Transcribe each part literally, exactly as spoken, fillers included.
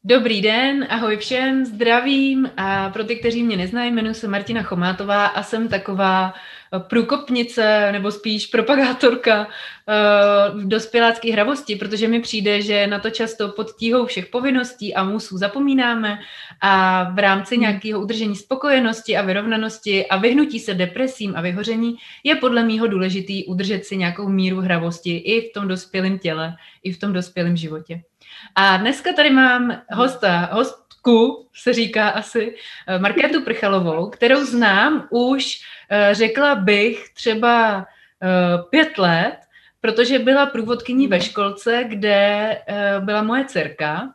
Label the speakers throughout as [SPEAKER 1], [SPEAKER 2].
[SPEAKER 1] Dobrý den, ahoj všem, zdravím a pro ty, kteří mě neznají, jmenuji se Martina Chomátová a jsem taková průkopnice nebo spíš propagátorka uh, v dospělácké hravosti, protože mi přijde, že na to často pod tíhou všech povinností a musů zapomínáme a v rámci nějakého udržení spokojenosti a vyrovnanosti a vyhnutí se depresím a vyhoření je podle mýho důležitý udržet si nějakou míru hravosti i v tom dospělém těle, i v tom dospělém životě. A dneska tady mám hosta, hostku, se říká asi, Markétu Prchalovou, kterou znám už, řekla bych, třeba pět let, protože byla průvodkyní ve školce, kde byla moje dcerka.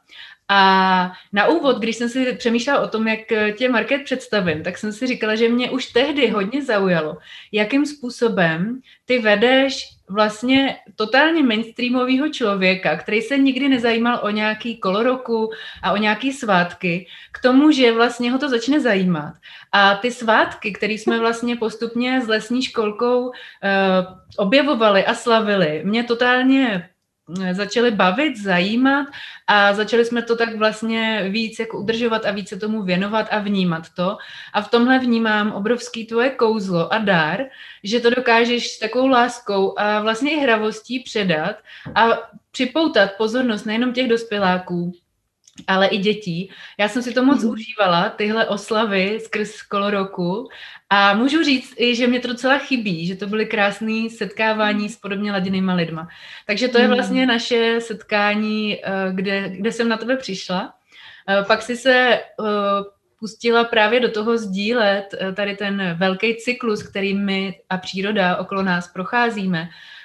[SPEAKER 1] A na úvod, když jsem si přemýšlela o tom, jak tě, Markét, představím, tak jsem si říkala, že mě už tehdy hodně zaujalo, jakým způsobem ty vedeš vlastně totálně mainstreamového člověka, který se nikdy nezajímal o nějaký koloroku a o nějaký svátky, k tomu, že vlastně ho to začne zajímat. A ty svátky, které jsme vlastně postupně s lesní školkou uh, objevovali a slavili, mě totálně začaly bavit, zajímat a začali jsme to tak vlastně víc jako udržovat a víc se tomu věnovat a vnímat to. A v tomhle vnímám obrovský tvoje kouzlo a dar, že to dokážeš s takovou láskou a vlastně i hravostí předat a připoutat pozornost nejenom těch dospěláků, ale i dětí. Já jsem si to moc mm. užívala, tyhle oslavy skrz koloroku a můžu říct i, že mě to docela chybí, že to byly krásné setkávání s podobně laděnýma lidma. Takže to je vlastně naše setkání, kde, kde jsem na tebe přišla. Pak si se pustila právě do toho sdílet tady ten velký cyklus, který my a příroda okolo nás procházíme,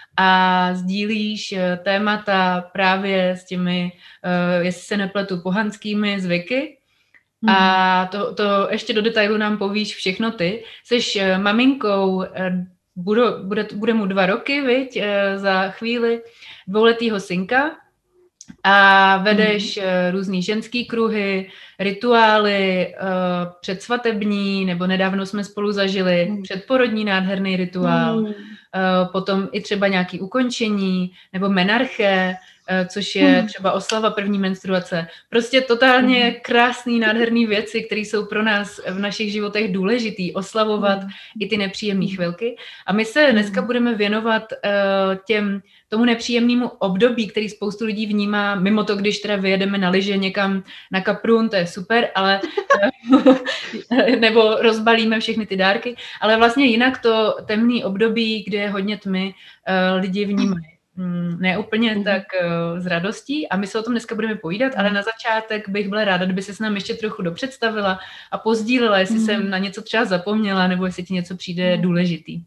[SPEAKER 1] a sdílíš témata právě s těmi, jestli se nepletu, pohanskými zvyky. Mm. A to, to ještě do detailu nám povíš všechno ty. Jseš maminkou, bude, bude, bude mu dva roky, viď, za chvíli, dvouletýho synka a vedeš mm. různý ženský kruhy, rituály, předsvatební, nebo nedávno jsme spolu zažili mm. předporodní nádherný rituál, mm. potom i třeba nějaké ukončení, nebo menarché, což je třeba oslava první menstruace. Prostě totálně krásný, nádherný věci, které jsou pro nás v našich životech důležitý, oslavovat mm. i ty nepříjemné chvilky. A my se dneska budeme věnovat uh, těm, tomu nepříjemnému období, který spoustu lidí vnímá, mimo to, když teda vyjedeme na lyže někam na Kaprun, to je super, ale nebo rozbalíme všechny ty dárky, ale vlastně jinak to temný období, kde je hodně tmy, uh, lidi vnímají. Ne úplně tak uh, s radostí a my se o tom dneska budeme povídat, ale na začátek bych byla ráda, kdyby se s námi ještě trochu dopředstavila a pozdílela, jestli mm. jsem na něco třeba zapomněla, nebo jestli ti něco přijde důležitý.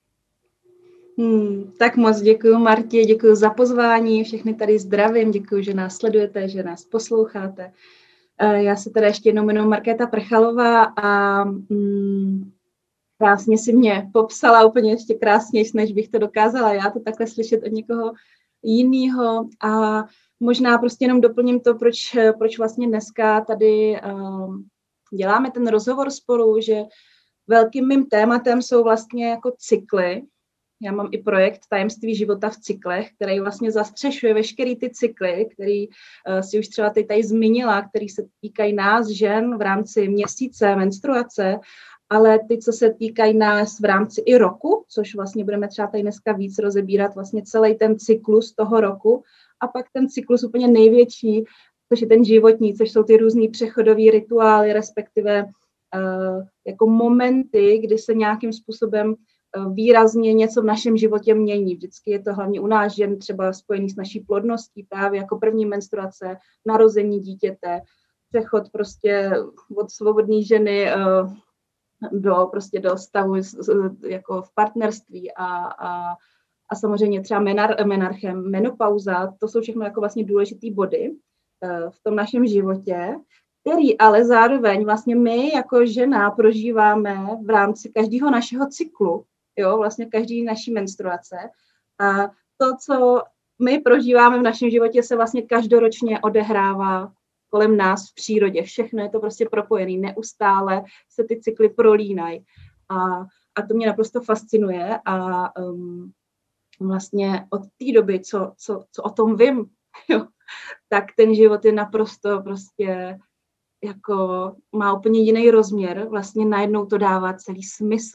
[SPEAKER 2] Hmm, tak moc děkuji, Martě, děkuji za pozvání, všechny tady zdravím, děkuji, že nás sledujete, že nás posloucháte. Uh, já se teda ještě jednou jmenuji Markéta Prchalová a um, krásně si mě popsala, úplně ještě krásněji, než bych to dokázala já to takhle slyšet od někoho jiného. A možná prostě jenom doplním to, proč, proč vlastně dneska tady um, děláme ten rozhovor spolu, že velkým mým tématem jsou vlastně jako cykly. Já mám i projekt Tajemství života v cyklech, který vlastně zastřešuje veškerý ty cykly, který uh, si už třeba teď tady zmínila, který se týkají nás žen v rámci měsíce, menstruace, ale ty, co se týkají nás v rámci i roku, což vlastně budeme třeba tady dneska víc rozebírat, vlastně celý ten cyklus toho roku a pak ten cyklus úplně největší, což je ten životní, což jsou ty různý přechodový rituály, respektive uh, jako momenty, kdy se nějakým způsobem uh, výrazně něco v našem životě mění. Vždycky je to hlavně u nás žen třeba spojený s naší plodností, právě jako první menstruace, narození dítěte, přechod prostě od svobodné ženy uh, do, prostě do stavu jako v partnerství a, a, a samozřejmě třeba menar, menarchem, menopauza, to jsou všechno jako vlastně důležitý body uh, v tom našem životě, který ale zároveň vlastně my jako žena prožíváme v rámci každého našeho cyklu, jo, vlastně každý naší menstruace a to, co my prožíváme v našem životě, se vlastně každoročně odehrává kolem nás v přírodě. Všechno je to prostě propojené. Neustále se ty cykly prolínají. A, a to mě naprosto fascinuje. A um, vlastně od té doby, co, co, co o tom vím, jo, tak ten život je naprosto prostě jako má úplně jiný rozměr, vlastně najednou to dává celý smysl.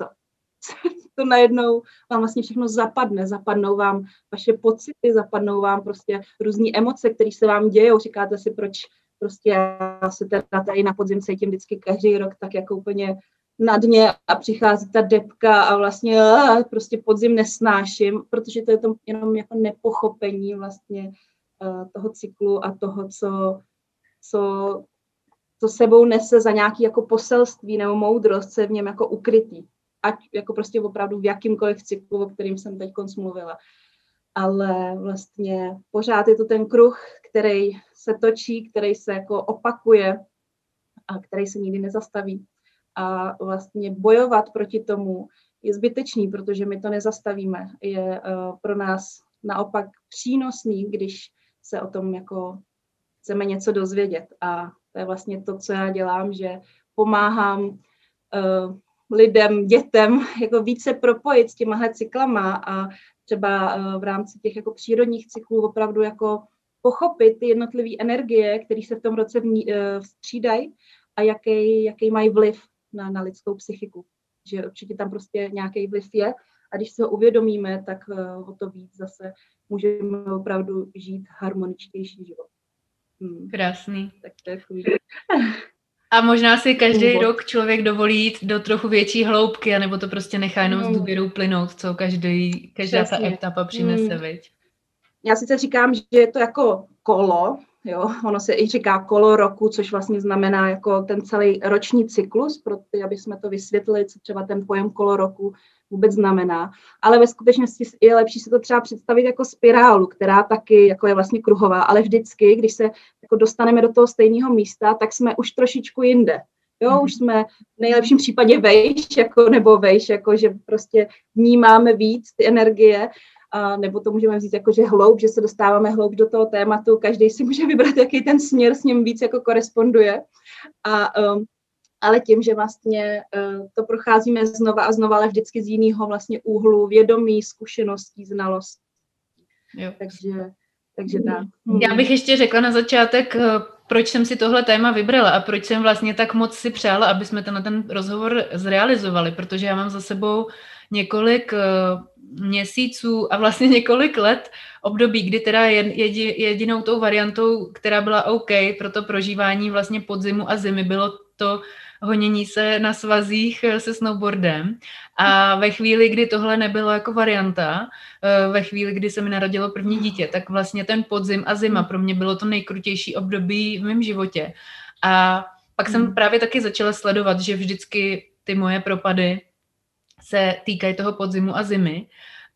[SPEAKER 2] To najednou vám vlastně všechno zapadne, zapadnou vám vaše pocity, zapadnou vám prostě různý emoce, které se vám dějou, říkáte si, proč prostě já se teda tady na podzim cítím vždycky každý rok tak jako úplně na dně a přichází ta depka a vlastně a, prostě podzim nesnáším, protože to je to jenom jako nepochopení vlastně uh, toho cyklu a toho, co, co, co sebou nese za nějaký jako poselství nebo moudrost, co je v něm jako ukrytý. Ať jako prostě opravdu v jakýmkoliv cyklu, o kterým jsem teď mluvila. Ale vlastně pořád je to ten kruh, který se točí, který se jako opakuje a který se nikdy nezastaví. A vlastně bojovat proti tomu je zbytečný, protože my to nezastavíme. Je uh, pro nás naopak přínosný, když se o tom jako chceme něco dozvědět. A to je vlastně to, co já dělám, že pomáhám uh, lidem, dětem jako více propojit s těmahle cyklama a třeba uh, v rámci těch jako přírodních cyklů opravdu jako pochopit ty jednotlivé energie, které se v tom roce uh, střídají a jaký, jaký mají vliv na, na lidskou psychiku. Že určitě tam prostě nějaký vliv je a když se ho uvědomíme, tak uh, o to víc zase můžeme opravdu žít harmoničtější život.
[SPEAKER 1] Hmm. Krásný.
[SPEAKER 2] Tak to je chvíli.
[SPEAKER 1] A možná si každý Důvod. rok člověk dovolí jít do trochu větší hloubky, anebo to prostě nechá jenom hmm. s důvěrou plynout, co každý, každá Přesně. ta etapa přinese, hmm. viď?
[SPEAKER 2] Já sice říkám, že je to jako kolo, jo, ono se i říká kolo roku, což vlastně znamená jako ten celý roční cyklus, protože aby jsme to vysvětlili, co třeba ten pojem kolo roku vůbec znamená. Ale ve skutečnosti je lepší si to třeba představit jako spirálu, která taky jako je vlastně kruhová, ale vždycky, když se jako dostaneme do toho stejného místa, tak jsme už trošičku jinde. Jo, mm. už jsme v nejlepším případě vejš, jako, nebo vejš, jako, že prostě vnímáme víc ty energie, a nebo to můžeme vzít jako, že hloub, že se dostáváme hloub do toho tématu, každý si může vybrat, jaký ten směr s ním víc jako koresponduje. A um, ale tím, že vlastně uh, to procházíme znova a znova, ale vždycky z jiného vlastně úhlu, vědomí, zkušeností, znalostí. Jo. Takže, takže tak.
[SPEAKER 1] Hmm. Já bych ještě řekla na začátek, proč jsem si tohle téma vybrala a proč jsem vlastně tak moc si přála, aby jsme ten, ten rozhovor zrealizovali, protože já mám za sebou několik uh, měsíců a vlastně několik let období, kdy teda jedi, jedinou tou variantou, která byla OK pro to prožívání vlastně podzimu a zimy, bylo to honění se na svazích se snowboardem. A ve chvíli, kdy tohle nebylo jako varianta, ve chvíli, kdy se mi narodilo první dítě, tak vlastně ten podzim a zima pro mě bylo to nejkrutější období v mém životě. A pak jsem právě taky začala sledovat, že vždycky ty moje propady se týkají toho podzimu a zimy.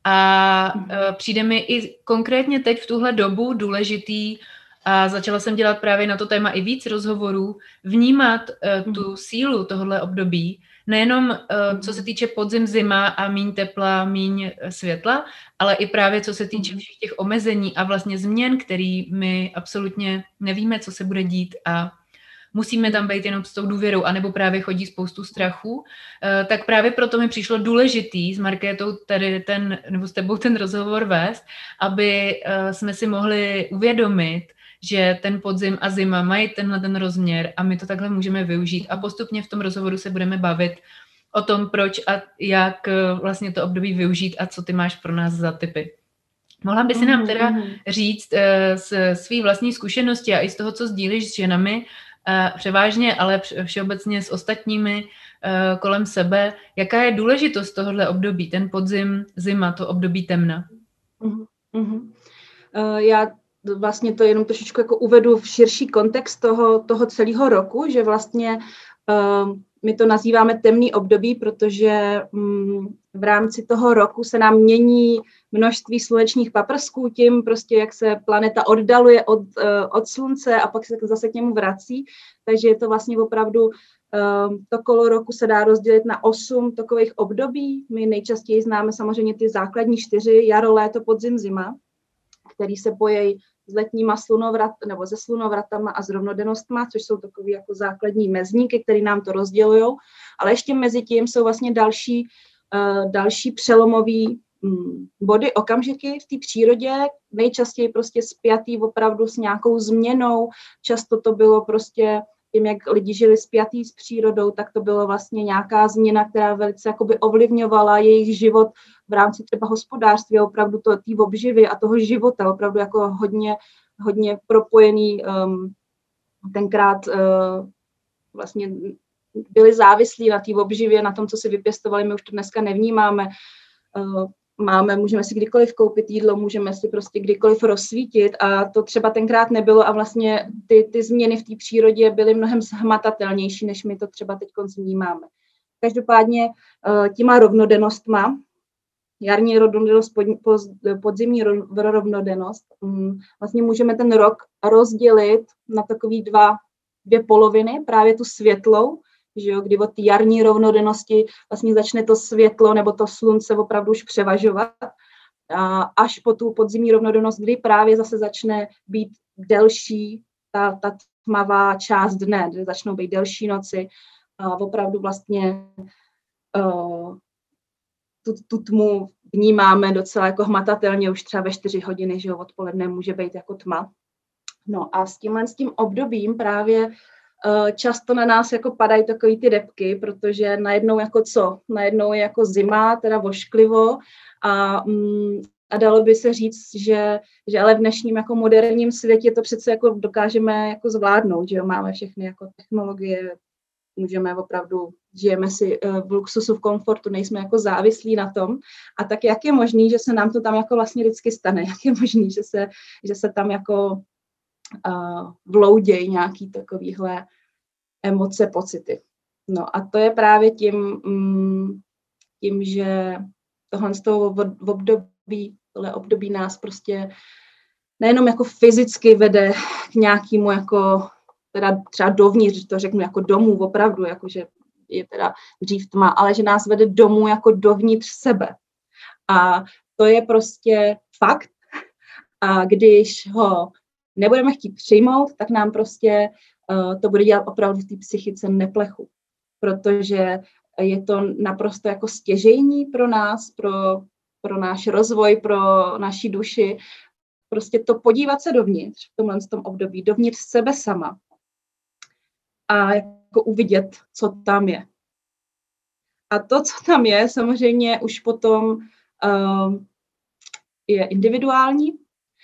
[SPEAKER 1] A přijde mi i konkrétně teď v tuhle dobu důležitý, a začala jsem dělat právě na to téma i víc rozhovorů, vnímat uh, tu sílu tohohle období, nejenom uh, co se týče podzim, zima a míň tepla, míň světla, ale i právě co se týče všech těch omezení a vlastně změn, který my absolutně nevíme, co se bude dít a musíme tam být jenom s tou důvěrou, anebo právě chodí spoustu strachu, uh, tak právě proto mi přišlo důležitý s Markétou tady ten, nebo s tebou ten rozhovor vést, aby uh, jsme si mohli uvědomit, že ten podzim a zima mají tenhle ten rozměr a my to takhle můžeme využít a postupně v tom rozhovoru se budeme bavit o tom, proč a jak vlastně to období využít a co ty máš pro nás za tipy. Mohla by si nám teda říct z svý vlastní zkušenosti a i z toho, co sdílíš s ženami, převážně, ale všeobecně s ostatními kolem sebe, jaká je důležitost tohohle období, ten podzim, zima, to období temna?
[SPEAKER 2] Uh-huh. Uh-huh. Uh, já vlastně to jenom trošičku jako uvedu v širší kontext toho, toho celého roku, že vlastně uh, my to nazýváme temný období, protože um, v rámci toho roku se nám mění množství slunečních paprsků tím, prostě jak se planeta oddaluje od, uh, od slunce a pak se zase k němu vrací. Takže je to vlastně opravdu, uh, to kolo roku se dá rozdělit na osm takových období. My nejčastěji známe samozřejmě ty základní čtyři, jaro, léto, podzim, zima, který se pojejí s letníma slunovrat, nebo se slunovratama a s rovnodennostma, což jsou takový jako základní mezníky, které nám to rozdělují. Ale ještě mezi tím jsou vlastně další, uh, další přelomový mm, body, okamžiky v té přírodě, nejčastěji prostě spjatý opravdu s nějakou změnou, často to bylo prostě tím, jak lidi žili spjatý s přírodou, tak to bylo vlastně nějaká změna, která velice jakoby ovlivňovala jejich život v rámci třeba hospodářství, opravdu to té obživy a toho života, opravdu jako hodně, hodně propojený um, tenkrát uh, vlastně byli závislí na té obživě, na tom, co si vypěstovali, my už to dneska nevnímáme. Uh, máme, můžeme si kdykoliv koupit jídlo, můžeme si prostě kdykoliv rozsvítit a to třeba tenkrát nebylo a vlastně ty, ty změny v té přírodě byly mnohem hmatatelnější, než my to třeba teď vnímáme. Každopádně uh, těma rovnodennostma, jarní rovnodennost, pod, podzimní rovnodennost, um, vlastně můžeme ten rok rozdělit na takový dva, dvě poloviny, právě tu světlou, že jo, kdy od té jarní rovnodennosti vlastně začne to světlo nebo to slunce opravdu už převažovat, a až po tu podzimní rovnodennost, kdy právě zase začne být delší ta, ta tmavá část dne, kdy začnou být delší noci a opravdu vlastně uh, tu, tu tmu vnímáme docela jako hmatatelně, už třeba ve čtyři hodiny, že jo, odpoledne může být jako tma. No a s tímhle s tím obdobím právě často na nás jako padají takový ty depky, protože najednou jako co? Najednou je jako zima, teda vošklivo a, mm, a dalo by se říct, že, že ale v dnešním jako moderním světě to přece jako dokážeme jako zvládnout, že jo? Máme všechny jako technologie, můžeme opravdu, žijeme si v luxusu, v komfortu, nejsme jako závislí na tom. A tak jak je možný, že se nám to tam jako vlastně vždycky stane? Jak je možný, že se, že se tam jako Uh, vloudějí nějaký takovýhle emoce, pocity. No a to je právě tím, um, tím že tohle z toho období, tohle období nás prostě nejenom jako fyzicky vede k nějakému jako, teda třeba dovnitř, to řeknu jako domů opravdu, jako že je teda dřív tma, ale že nás vede domů jako dovnitř sebe. A to je prostě fakt. A když ho nebudeme chtít přijmout, tak nám prostě uh, to bude dělat opravdu v té psychice neplechu, protože je to naprosto jako stěžejní pro nás, pro, pro náš rozvoj, pro naši duši, prostě to podívat se dovnitř v tomhle tom období, dovnitř sebe sama a jako uvidět, co tam je. A to, co tam je, samozřejmě už potom uh, je individuální,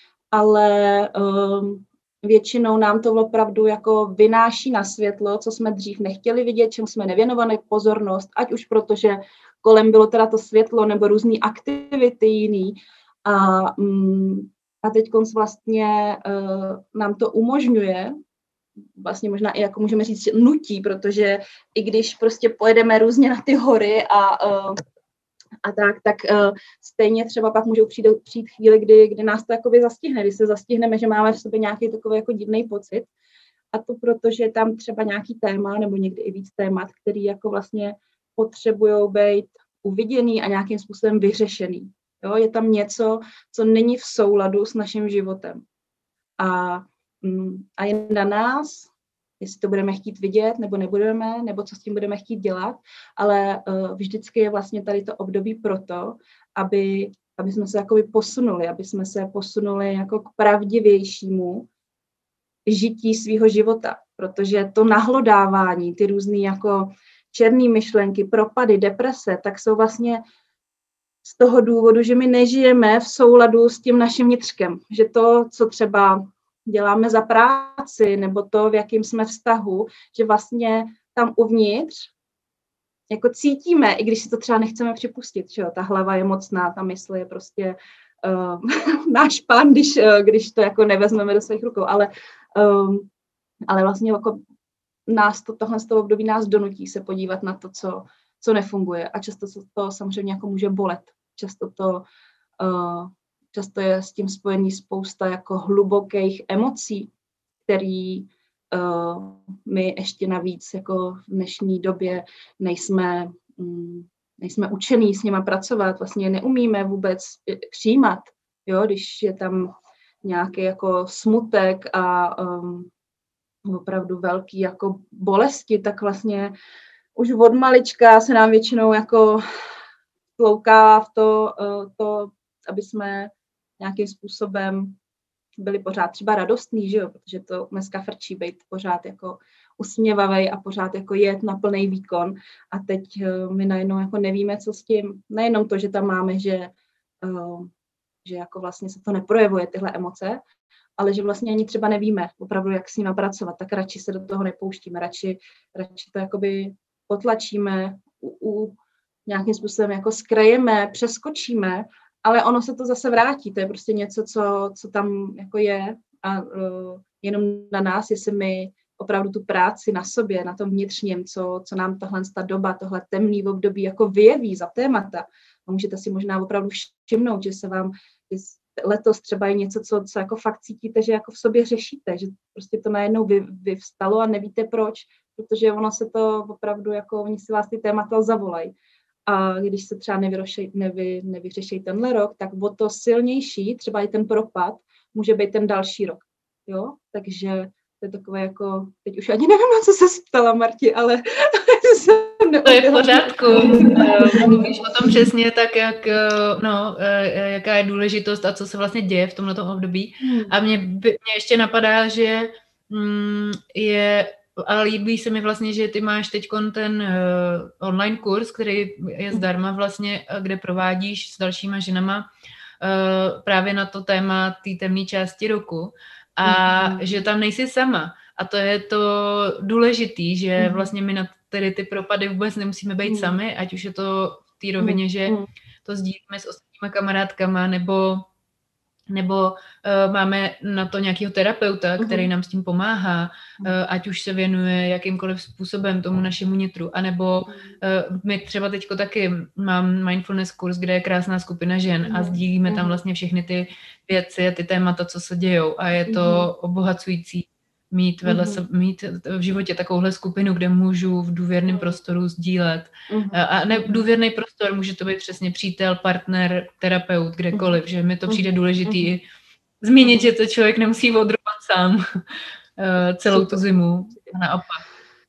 [SPEAKER 2] ale um, většinou nám to opravdu jako vynáší na světlo, co jsme dřív nechtěli vidět, čemu jsme nevěnovali pozornost, ať už protože kolem bylo teda to světlo nebo různé aktivity jiný. A, um, a teď vlastně uh, nám to umožňuje, vlastně možná i jako můžeme říct nutí, protože i když prostě pojedeme různě na ty hory a uh, a tak, tak uh, stejně třeba pak můžou přijít, přijít chvíli, kdy, kdy nás to jakoby zastihne, kdy se zastihneme, že máme v sobě nějaký takový jako divný pocit. A to proto, že je tam třeba nějaký téma, nebo někdy i víc témat, který jako vlastně potřebujou být uviděný a nějakým způsobem vyřešený. Jo? Je tam něco, co není v souladu s naším životem. A, mm, a je na nás, jestli to budeme chtít vidět, nebo nebudeme, nebo co s tím budeme chtít dělat, ale uh, vždycky je vlastně tady to období proto, aby, aby jsme se jakoby posunuli, aby jsme se posunuli jako k pravdivějšímu žití svého života, protože to nahlodávání, ty různý jako černé myšlenky, propady, deprese, tak jsou vlastně z toho důvodu, že my nežijeme v souladu s tím naším vnitřkem, že to, co třeba děláme za práci, nebo to, v jakém jsme vztahu, že vlastně tam uvnitř jako cítíme, i když si to třeba nechceme připustit, že jo, ta hlava je mocná, ta mysl je prostě uh, náš pán, když, uh, když to jako nevezmeme do svých rukou, ale, um, ale vlastně jako nás to, tohle z toho období nás donutí se podívat na to, co, co nefunguje a často to samozřejmě jako může bolet, často to uh, Často je s tím spojený spousta jako hlubokých emocí, který uh, my ještě navíc jako v dnešní době nejsme, um, nejsme učení s nima pracovat, vlastně neumíme vůbec přijímat, jo, když je tam nějaký jako smutek a um, opravdu velký jako bolesti, tak vlastně už od malička se nám většinou jako tlouká v to, to, aby jsme nějakým způsobem byli pořád třeba radostný, že jo, protože to dneska frčí být pořád jako usměvavej a pořád jako jet na plný výkon a teď my najednou jako nevíme, co s tím, nejenom to, že tam máme, že, že jako vlastně se to neprojevuje, tyhle emoce, ale že vlastně ani třeba nevíme opravdu, jak s nimi pracovat, tak radši se do toho nepouštíme, radši, radši to jakoby potlačíme, u, u, nějakým způsobem jako skrajeme, přeskočíme, ale ono se to zase vrátí, to je prostě něco, co, co tam jako je a uh, jenom na nás, jestli my opravdu tu práci na sobě, na tom vnitřním, co, co nám tohle ta doba, tohle temný období jako vyjeví za témata. A můžete si možná opravdu všimnout, že se vám letos třeba je něco, co, co jako fakt cítíte, že jako v sobě řešíte, že prostě to najednou vy, vyvstalo a nevíte proč, protože ono se to opravdu, jako oni si vás ty témata zavolají. A když se třeba nevyřeší, nevy, nevyřeší tenhle rok, tak o to silnější, třeba i ten propad, může být ten další rok. Jo? Takže to je takové jako, teď už ani nevím, na co se ptala, Marti, ale
[SPEAKER 1] to je v pořádku. Mluvíš o tom přesně tak, jak, no, jaká je důležitost a co se vlastně děje v tomto období. A mě, mě ještě napadá, že mm, je, a líbí se mi vlastně, že ty máš teď ten uh, online kurz, který je zdarma vlastně, kde provádíš s dalšíma ženama uh, právě na to téma té temné části roku. A mm. že tam nejsi sama. A to je to důležitý, že vlastně my na tedy ty propady vůbec nemusíme být mm. sami, ať už je to v té rovině, mm. že to sdílíme s ostatníma kamarádkama, nebo, nebo uh, máme na to nějakého terapeuta, který mm. nám s tím pomáhá, uh, ať už se věnuje jakýmkoliv způsobem tomu našemu nitru, anebo uh, my třeba teďko taky mám mindfulness kurz, kde je krásná skupina žen a sdílíme tam vlastně všechny ty věci a ty témata, co se dějou a je to obohacující mít vedle mm-hmm. se, mít v životě takovouhle skupinu, kde můžu v důvěrném prostoru sdílet. Mm-hmm. A ne důvěrný prostor, může to být přesně přítel, partner, terapeut, kdekoliv, mm-hmm. že mi to přijde důležitý mm-hmm. zmínit, že to člověk nemusí odrovat sám celou tu zimu. A naopak.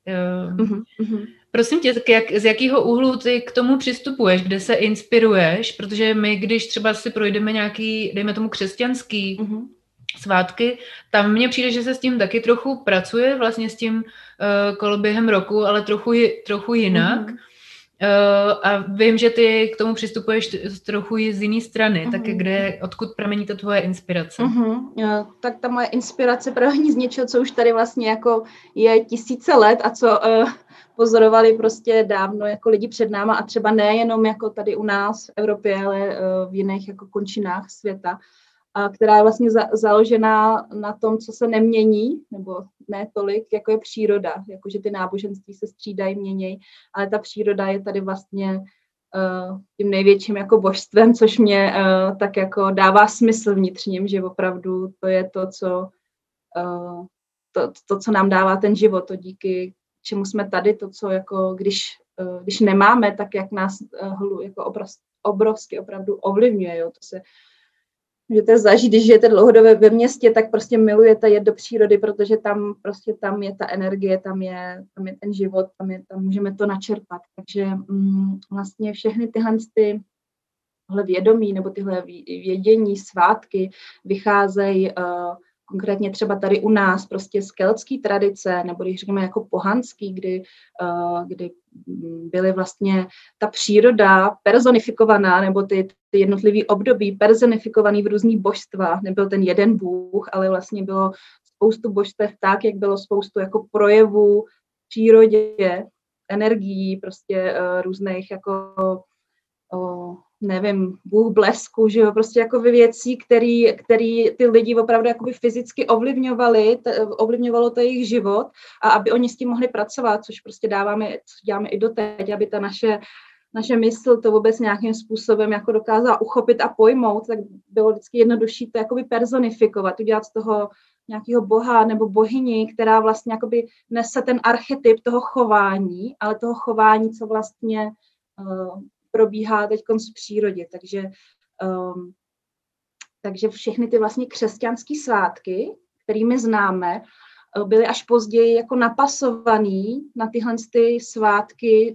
[SPEAKER 1] Mm-hmm. Prosím tě, jak, z jakého úhlu ty k tomu přistupuješ, kde se inspiruješ, protože my, když třeba si projdeme nějaký, dejme tomu křesťanský mm-hmm. svátky, tam mně přijde, že se s tím taky trochu pracuje, vlastně s tím uh, koloběhem roku, ale trochu, trochu jinak. Mm-hmm. Uh, a vím, že ty k tomu přistupuješ z trochu z jiné strany, mm-hmm. tak kde, odkud pramení ta tvoje inspirace?
[SPEAKER 2] Mm-hmm. Ja, tak ta moje inspirace pramení z něčeho, co už tady vlastně jako je tisíce let a co uh, pozorovali prostě dávno jako lidi před náma a třeba nejenom jako tady u nás v Evropě, ale uh, v jiných jako končinách světa, a která je vlastně za, založená na tom, co se nemění, nebo ne tolik, jako je příroda, jakože ty náboženství se střídají, měnějí, ale ta příroda je tady vlastně uh, tím největším jako božstvem, což mě uh, tak jako dává smysl vnitřním, že opravdu to je to, co, uh, to, to, co nám dává ten život, to díky čemu jsme tady, to, co jako když, uh, když nemáme, tak jak nás uh, jako obrovsky, obrovsky opravdu ovlivňuje, jo, to se můžete zažít, když žijete dlouhodobě ve městě, tak prostě milujete jet do přírody, protože tam prostě tam je ta energie, tam je, tam je ten život, tam, je, tam můžeme to načerpat. Takže mm, vlastně všechny tyhle ty, tyhle vědomí nebo tyhle vědění, svátky vycházejí uh, konkrétně třeba tady u nás prostě z keltské tradice, nebo když řekněme jako pohanský, kdy, uh, kdy byly vlastně ta příroda personifikovaná, nebo ty, ty jednotlivý období personifikovaný v různých božstvách. Nebyl ten jeden bůh, ale vlastně bylo spoustu božstev tak, jak bylo spoustu jako projevů v přírodě, energií, prostě uh, různých jako uh, nevím, bůh blesku, že jo, prostě jako věcí, který, který ty lidi opravdu jakoby fyzicky ovlivňovali, t, ovlivňovalo to jejich život a aby oni s tím mohli pracovat, což prostě dáváme, co děláme i doteď, aby ta naše, naše mysl to vůbec nějakým způsobem jako dokázala uchopit a pojmout, tak bylo vždycky jednodušší to jakoby personifikovat, udělat z toho nějakého boha nebo bohyni, která vlastně jakoby nese ten archetyp toho chování, ale toho chování, co vlastně uh, probíhá teď v přírodě, takže, um, takže všechny ty vlastně křesťanské svátky, kterými známe, byly až později jako napasovaný na tyhle ty svátky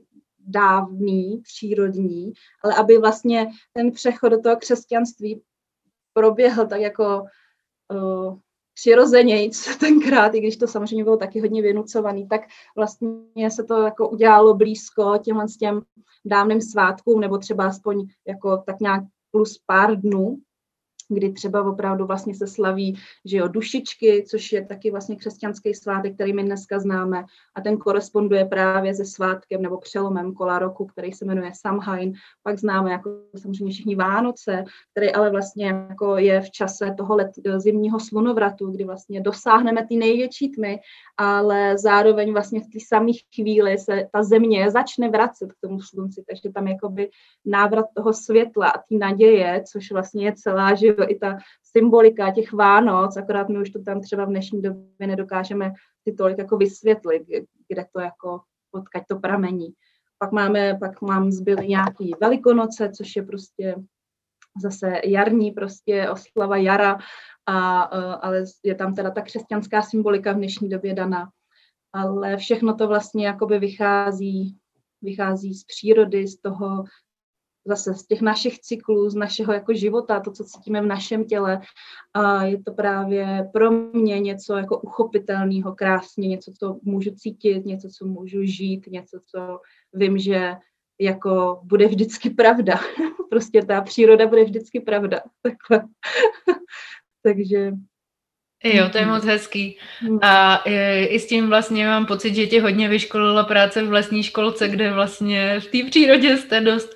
[SPEAKER 2] dávný, přírodní, ale aby vlastně ten přechod do toho křesťanství proběhl tak jako uh, přirozenějc tenkrát, i když to samozřejmě bylo taky hodně vynucovaný, tak vlastně se to jako udělalo blízko těmhle s těm dávným svátkům, nebo třeba aspoň jako tak nějak plus pár dnů, kdy třeba opravdu vlastně se slaví, že jo, dušičky, což je taky vlastně křesťanský svátek, který my dneska známe, a ten koresponduje právě se svátkem nebo přelomem kola roku, který se jmenuje Samhain. Pak známe jako samozřejmě všichni Vánoce, který ale vlastně jako je v čase toho let, zimního slunovratu, kdy vlastně dosáhneme ty největší tmy, ale zároveň vlastně v té samé chvíli se ta země začne vracet k tomu slunci, takže tam jakoby návrat toho světla a té naděje, což vlastně je celá, že jo, i ta symbolika těch Vánoc, akorát my už to tam třeba v dnešní době nedokážeme si tolik jako vysvětlit, kde to jako, odkud to pramení. Pak máme, pak mám zbyly nějaký Velikonoce, což je prostě zase jarní prostě oslava jara, a, ale je tam teda ta křesťanská symbolika v dnešní době daná. Ale všechno to vlastně jakoby vychází, vychází z přírody, z toho, zase z těch našich cyklů, z našeho jako života, to, co cítíme v našem těle. A je to právě pro mě něco jako uchopitelného, krásně, něco, co můžu cítit, něco, co můžu žít, něco, co vím, že jako bude vždycky pravda. Prostě ta příroda bude vždycky pravda. Takhle. Takže...
[SPEAKER 1] Jo, to je moc hezký. A i s tím vlastně mám pocit, že tě hodně vyškolila práce v lesní školce, kde vlastně v té přírodě jste dost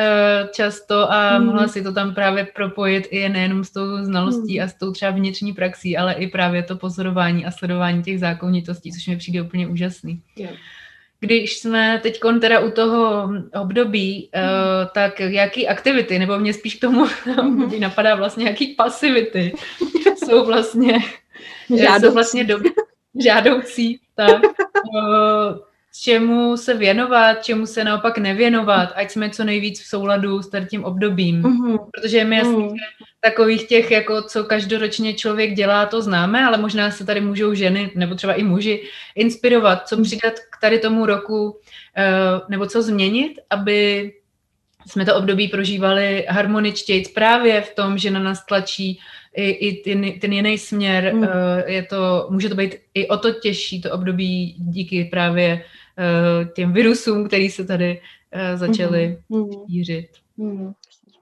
[SPEAKER 1] často a mohla si to tam právě propojit i nejenom s tou znalostí a s tou třeba vnitřní praxí, ale i právě to pozorování a sledování těch zákonitostí, což mi přijde úplně úžasný. Yeah. Když jsme teď teda u toho období, mm. uh, tak jaký aktivity, nebo mě spíš k tomu období napadá vlastně jaký pasivity jsou vlastně, jsou vlastně do, žádoucí, tak, uh, čemu se věnovat, čemu se naopak nevěnovat, ať jsme co nejvíc v souladu s tím obdobím. Mm-hmm. Protože je mi jasný, mm. že takových těch, jako co každoročně člověk dělá, to známe, ale možná se tady můžou ženy, nebo třeba i muži, inspirovat, co přidat k tady tomu roku, nebo co změnit, aby jsme to období prožívali harmoničtěji, právě v tom, že na nás tlačí i, i ten, ten jiný směr. Mm. Je to, může to být i o to těžší to období díky právě těm virusům, který se tady začaly mm. šířit. Mm.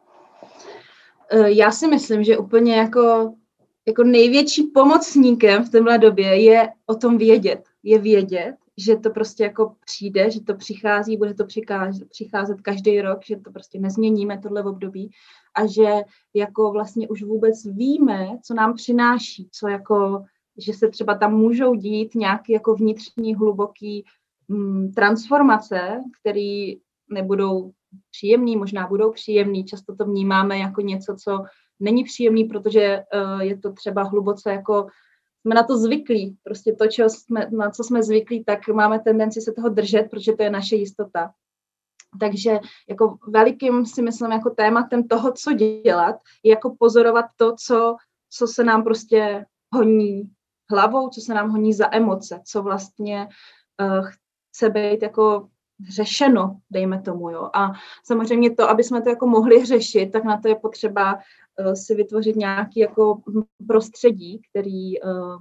[SPEAKER 2] Já si myslím, že úplně jako, jako největší pomocníkem v téhle době je o tom vědět. Je vědět, že to prostě jako přijde, že to přichází, bude to přicházet, přicházet každý rok, že to prostě nezměníme tohle období a že jako vlastně už vůbec víme, co nám přináší, co jako, že se třeba tam můžou dít nějaké jako vnitřní hluboký mm, transformace, které nebudou příjemný, možná budou příjemný, často to vnímáme jako něco, co není příjemný, protože uh, je to třeba hluboce jako jsme na to zvyklí, prostě to, čo jsme, na co jsme zvyklí, tak máme tendenci se toho držet, protože to je naše jistota. Takže jako velikým si myslím jako tématem toho, co dělat, je jako pozorovat to, co, co se nám prostě honí hlavou, co se nám honí za emoce, co vlastně uh, chce být jako řešeno, dejme tomu, jo. A samozřejmě to, aby jsme to jako mohli řešit, tak na to je potřeba uh, si vytvořit nějaký jako prostředí, který, uh,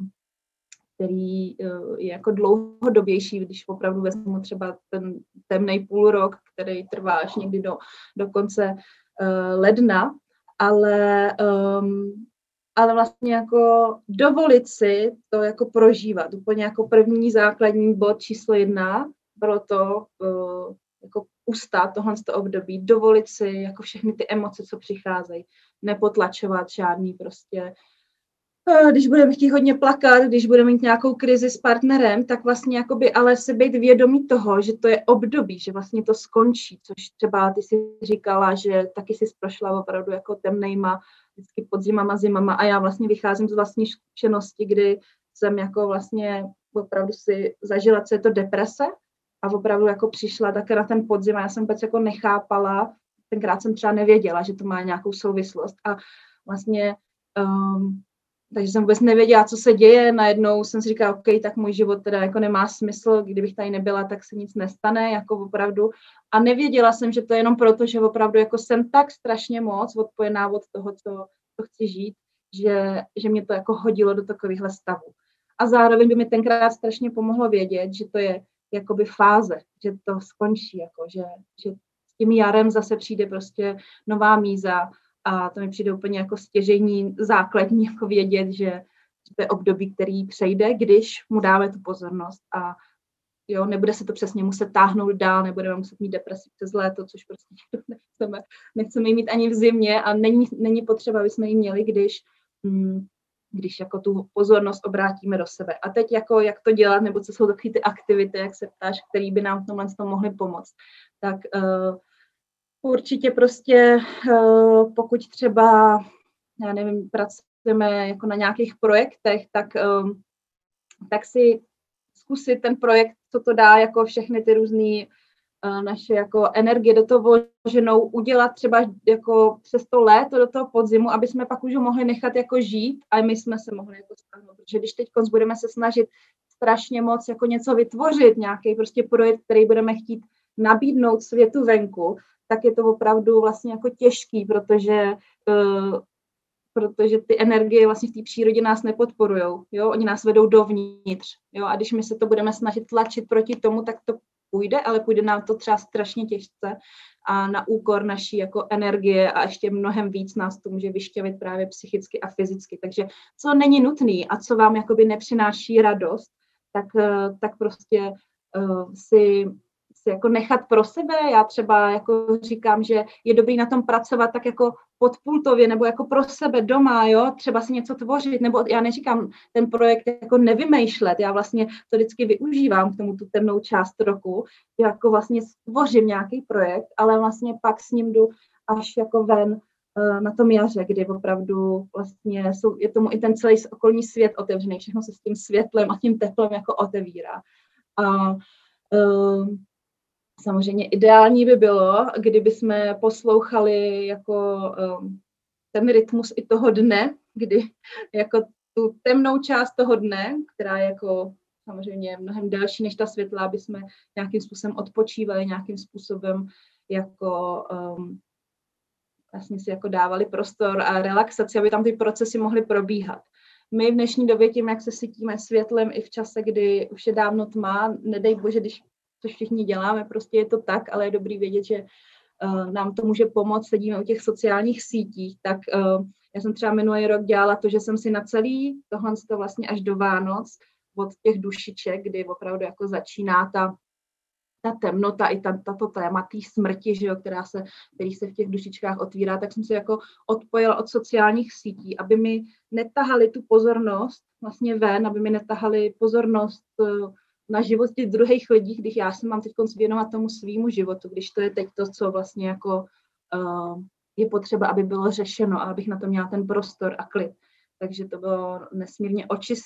[SPEAKER 2] který uh, je jako dlouhodobější, když opravdu vezmu třeba ten temnej půl rok, který trvá až někdy do, do konce uh, ledna, ale um, ale vlastně jako dovolit si to jako prožívat. Úplně jako první základní bod číslo jedna, bylo to uh, jako ustát tohle období, dovolit si jako všechny ty emoce, co přicházejí, nepotlačovat žádný prostě. Uh, když budeme chtít hodně plakat, když budeme mít nějakou krizi s partnerem, tak vlastně jakoby ale si být vědomí toho, že to je období, že vlastně to skončí, což třeba ty si říkala, že taky si prošla opravdu jako temnejma, vždycky podzimama, zimama a já vlastně vycházím z vlastní zkušenosti, kdy jsem jako vlastně opravdu si zažila, co je to deprese, a opravdu jako přišla také na ten podzim a já jsem vůbec jako nechápala, tenkrát jsem třeba nevěděla, že to má nějakou souvislost a vlastně um, takže jsem vůbec nevěděla, co se děje, najednou jsem si říkala, OK, tak můj život teda jako nemá smysl, kdybych tady nebyla, tak se nic nestane, jako opravdu. A nevěděla jsem, že to je jenom proto, že opravdu jako jsem tak strašně moc odpojená od toho, co, co chci žít, že, že mě to jako hodilo do takovýchhle stavů. A zároveň by mi tenkrát strašně pomohlo vědět, že to je jakoby fáze, že to skončí, jako, že, že s tím jarem zase přijde prostě nová míza a to mi přijde úplně jako stěžejní, základní jako vědět, že to je období, který přejde, když mu dáme tu pozornost a jo, nebude se to přesně muset táhnout dál, nebudeme muset mít depresi přes léto, což prostě nechceme, nechceme jí mít ani v zimě a není, není potřeba, aby jsme ji měli, když hm, když jako tu pozornost obrátíme do sebe. A teď jako jak to dělat, nebo co jsou takové ty aktivity, jak se ptáš, které by nám v tomhle tom mohly pomoct. Tak uh, určitě prostě, uh, pokud třeba, já nevím, pracujeme jako na nějakých projektech, tak, um, tak si zkusit ten projekt, co to dá, jako všechny ty různý naše jako energie do toho vloženou, udělat třeba jako přes to léto do toho podzimu, aby jsme pak už ho mohli nechat jako žít a my jsme se mohli jako stáhnout. Protože když teď budeme se snažit strašně moc jako něco vytvořit, nějaký prostě projekt, který budeme chtít nabídnout světu venku, tak je to opravdu vlastně jako těžký, protože uh, protože ty energie vlastně v té přírodě nás nepodporujou, jo, oni nás vedou dovnitř, jo, a když my se to budeme snažit tlačit proti tomu, tak to půjde, ale půjde nám to třeba strašně těžce a na úkor naší jako energie a ještě mnohem víc nás to může vyšťavit právě psychicky a fyzicky. Takže co není nutný a co vám jakoby nepřináší radost, tak, tak prostě uh, si, si jako nechat pro sebe. Já třeba jako říkám, že je dobrý na tom pracovat tak jako podpultově nebo jako pro sebe doma, jo, třeba si něco tvořit, nebo já neříkám ten projekt jako nevymýšlet, já vlastně to vždycky využívám k tomu tu temnou část roku, jako vlastně stvořím nějaký projekt, ale vlastně pak s ním jdu až jako ven uh, na tom jaře, kdy opravdu vlastně jsou, je tomu i ten celý okolní svět otevřený, všechno se s tím světlem a tím teplem jako otevírá. A uh, samozřejmě ideální by bylo, kdyby jsme poslouchali jako um, ten rytmus i toho dne, kdy jako tu temnou část toho dne, která je jako samozřejmě mnohem delší než ta světlá, aby jsme nějakým způsobem odpočívali, nějakým způsobem jako um, vlastně si jako dávali prostor a relaxaci, aby tam ty procesy mohly probíhat. My v dnešní době tím, jak se sytíme světlem i v čase, kdy už je dávno tma, nedej bože, když což všichni děláme, prostě je to tak, ale je dobrý vědět, že uh, nám to může pomoct, sedíme u těch sociálních sítích, tak uh, já jsem třeba minulý rok dělala to, že jsem si na celý tohle to vlastně až do Vánoc od těch dušiček, kdy opravdu jako začíná ta, ta temnota i ta, tato téma té smrti, že jo, která se, který se v těch dušičkách otvírá, tak jsem se jako odpojila od sociálních sítí, aby mi netahali tu pozornost vlastně ven, aby mi netahali pozornost uh, na život těch druhých lidí, když já se mám teď věnovat tomu svýmu životu, když to je teď to, co vlastně jako uh, je potřeba, aby bylo řešeno a abych na to měla ten prostor a klid. Takže to bylo nesmírně očist,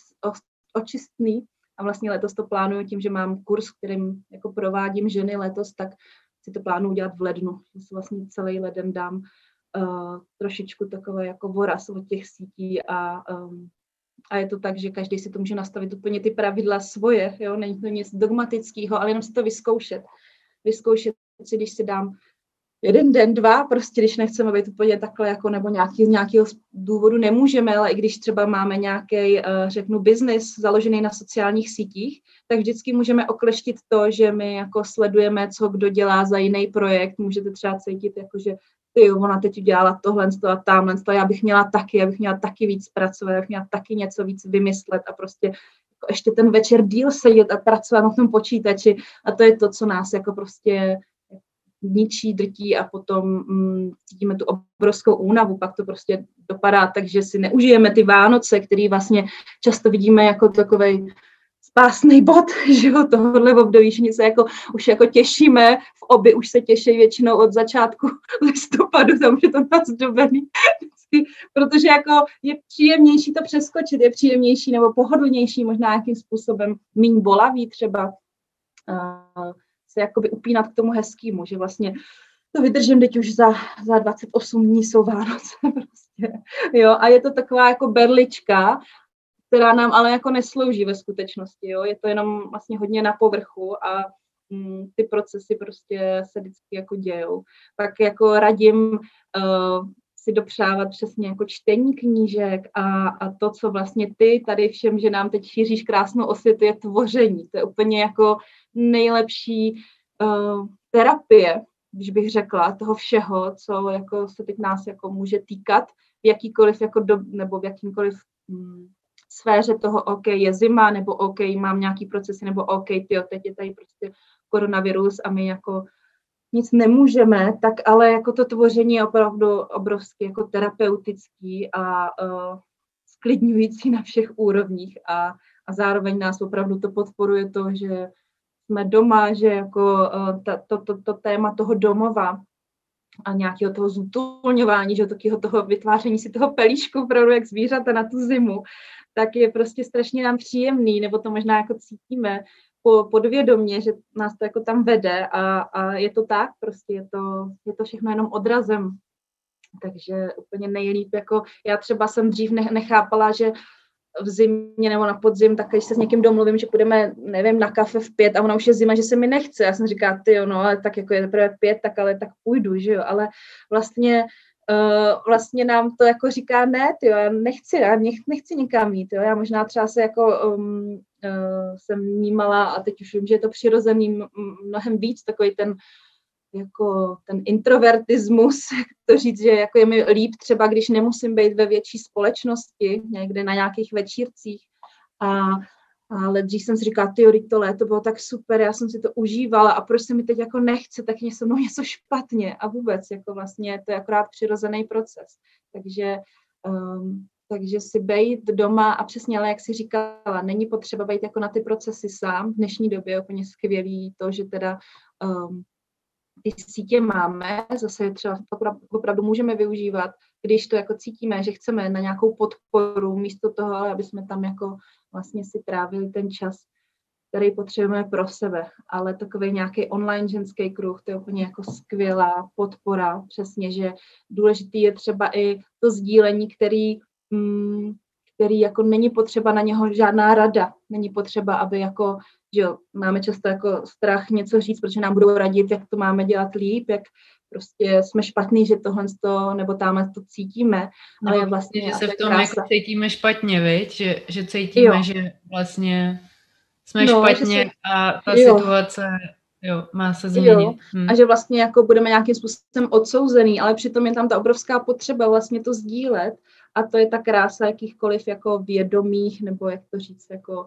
[SPEAKER 2] očistný a vlastně letos to plánuju tím, že mám kurz, kterým jako provádím ženy letos, tak si to plánuju dělat v lednu. Že si vlastně celý leden dám uh, trošičku takové jako voraz od těch sítí a um, A je to tak, že každý si to může nastavit úplně ty pravidla svoje, jo, není to nic dogmatického, ale jenom si to vyzkoušet. Vyzkoušet si, když si dám jeden den, dva, prostě když nechceme být úplně takhle, jako nebo nějaký, z nějakého důvodu nemůžeme, ale i když třeba máme nějaký, řeknu, biznis založený na sociálních sítích, tak vždycky můžeme okleštit to, že my jako sledujeme, co kdo dělá za jiný projekt, můžete třeba cítit, jako že ty, ona teď udělala tohle a tamhle, já bych měla taky, já bych měla taky víc pracovat, já bych měla taky něco víc vymyslet a prostě jako ještě ten večer díl sedět a pracovat na tom počítači a to je to, co nás jako prostě ničí, drtí a potom mm, cítíme tu obrovskou únavu, pak to prostě dopadá tak, že si neužijeme ty Vánoce, který vlastně často vidíme jako takovej spásný bod, že jo, tohohle období, že se jako, už jako těšíme, v oby už se těší většinou od začátku listopadu, tam už je to nazdobený, protože jako je příjemnější to přeskočit, je příjemnější nebo pohodlnější, možná nějakým způsobem míň bolavý třeba uh, se jakoby upínat k tomu hezkýmu, že vlastně to vydržím, teď už za, za dvacet osm dní jsou Vánoce prostě, jo, a je to taková jako berlička, která nám ale jako neslouží ve skutečnosti, jo, je to jenom vlastně hodně na povrchu a mm, ty procesy prostě se vždycky jako dějou. Tak jako radím uh, si dopřávat přesně jako čtení knížek a, a to, co vlastně ty tady všem, že nám teď šíříš krásnou osvětu, je tvoření. To je úplně jako nejlepší uh, terapie, když bych řekla, toho všeho, co jako se teď nás jako může týkat v jakýkoliv jako do, nebo v jakýmkoliv hm, sféře toho, OK, je zima, nebo OK, mám nějaký procesy, nebo OK, tyjo, teď je tady prostě koronavirus a my jako nic nemůžeme, tak ale jako to tvoření je opravdu obrovský jako terapeutický a uh, sklidňující na všech úrovních a, a zároveň nás opravdu to podporuje to, že jsme doma, že jako uh, ta, to, to, to téma toho domova a nějakého toho zútulňování, že takového toho vytváření si toho pelíšku opravdu jak zvířata na tu zimu, tak je prostě strašně nám příjemný, nebo to možná jako cítíme po, podvědomě, že nás to jako tam vede a, a je to tak, prostě je to, je to všechno jenom odrazem. Takže úplně nejlíp, jako já třeba jsem dřív nechápala, že v zimě nebo na podzim, tak když se s někým domluvím, že půjdeme, nevím, na kafe v pět a ona už je zima, že se mi nechce. Já jsem říká, ty jo, no, ale tak jako je teprve pět, tak ale tak půjdu, že jo, ale vlastně uh, vlastně nám to jako říká, ne, ty jo, já nechci, já nech, nechci nikam jít, jo, já možná třeba se jako um, uh, jsem vnímala a teď už vím, že je to přirozený mnohem víc, takový ten jako ten introvertismus, jak to říct, že jako je mi líp třeba, když nemusím být ve větší společnosti, někde na nějakých večírcích. A, ale dřív jsem si říkala, tyjo, to léto bylo tak super, já jsem si to užívala a proč se mi teď jako nechce, tak mě se mnou něco špatně a vůbec, jako vlastně to je akorát přirozený proces. Takže, um, takže si bejt doma a přesně, ale jak jsi říkala, není potřeba být jako na ty procesy sám. V dnešní době je úplně skvělý to, že teda um, ty sítě máme, zase třeba opravdu můžeme využívat, když to jako cítíme, že chceme na nějakou podporu, místo toho, aby jsme tam jako vlastně si trávili ten čas, který potřebujeme pro sebe. Ale takový nějaký online ženský kruh, to je úplně jako skvělá podpora, přesně, že důležitý je třeba i to sdílení, který, mm, který jako není potřeba na něho žádná rada, není potřeba, aby jako že jo, máme často jako strach něco říct, protože nám budou radit, jak to máme dělat líp, jak prostě jsme špatný, že tohle to, nebo tamhle to cítíme.
[SPEAKER 1] No, ale vlastně, že se v tom jako cítíme špatně, viď? Že, že cítíme, jo. Že vlastně jsme no, špatně se, a ta jo. situace jo, má se změnit.
[SPEAKER 2] Hm. A že vlastně jako budeme nějakým způsobem odsouzený, ale přitom je tam ta obrovská potřeba vlastně to sdílet a to je ta krása jakýchkoliv jako vědomých, nebo jak to říct, jako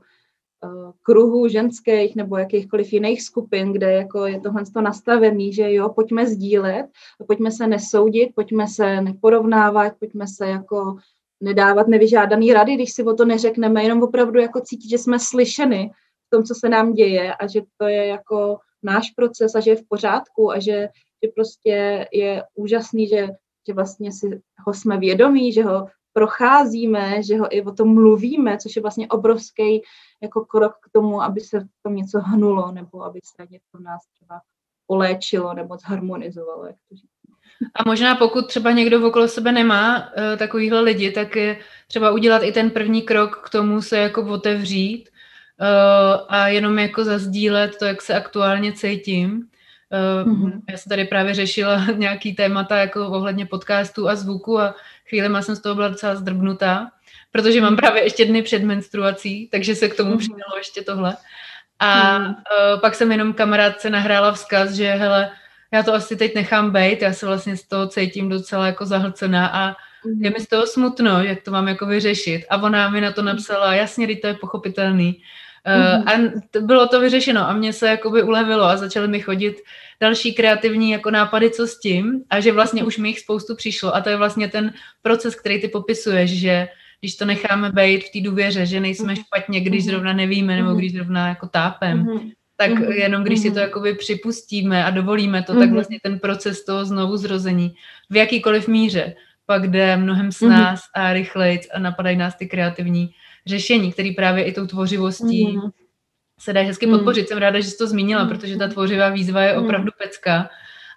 [SPEAKER 2] kruhů ženských nebo jakýchkoliv jiných skupin, kde jako je tohle nastavený, že jo, pojďme sdílet, pojďme se nesoudit, pojďme se neporovnávat, pojďme se jako nedávat nevyžádaný rady, když si o to neřekneme, jenom opravdu jako cítit, že jsme slyšeni v tom, co se nám děje a že to je jako náš proces a že je v pořádku a že, že prostě je úžasný, že, že vlastně si ho jsme vědomí, že ho procházíme, že ho i o tom mluvíme, což je vlastně obrovský jako krok k tomu, aby se v tom něco hnulo, nebo aby se něco v nás třeba poléčilo nebo zharmonizovalo, jak to říct.
[SPEAKER 1] A možná pokud třeba někdo okolo sebe nemá uh, takovýhle lidi, tak je třeba udělat i ten první krok k tomu se jako otevřít uh, a jenom jako zazdílet to, jak se aktuálně cítím. Uh, mm-hmm. Já jsem tady právě řešila nějaký témata jako ohledně podcastů a zvuku a chvílema jsem z toho byla docela zdrbnutá, protože mám právě ještě dny před menstruací, takže se k tomu mm-hmm. přidalo ještě tohle. A mm. uh, pak jsem jenom kamarádce nahrála vzkaz, že hele, já to asi teď nechám bejt, já se vlastně z toho cítím docela jako zahlcená a mm. je mi z toho smutno, jak to mám jako vyřešit. A ona mi na to napsala, jasně, teď to je pochopitelný. Uh, a to bylo to vyřešeno a mně se jakoby ulevilo a začaly mi chodit další kreativní jako nápady, co s tím a že vlastně už mi jich spoustu přišlo a to je vlastně ten proces, který ty popisuješ, že když to necháme být v té důvěře, že nejsme špatně, když zrovna nevíme nebo když zrovna jako tápem, tak jenom když si to jakoby připustíme a dovolíme to, tak vlastně ten proces toho znovu zrození v jakýkoliv míře pak jde mnohem s nás a rychlejc a napadají nás ty kreativní řešení, které právě i tou tvořivostí mm. se dá hezky podpořit. Mm. Jsem ráda, že jsi to zmínila, mm. protože ta tvořivá výzva je opravdu pecka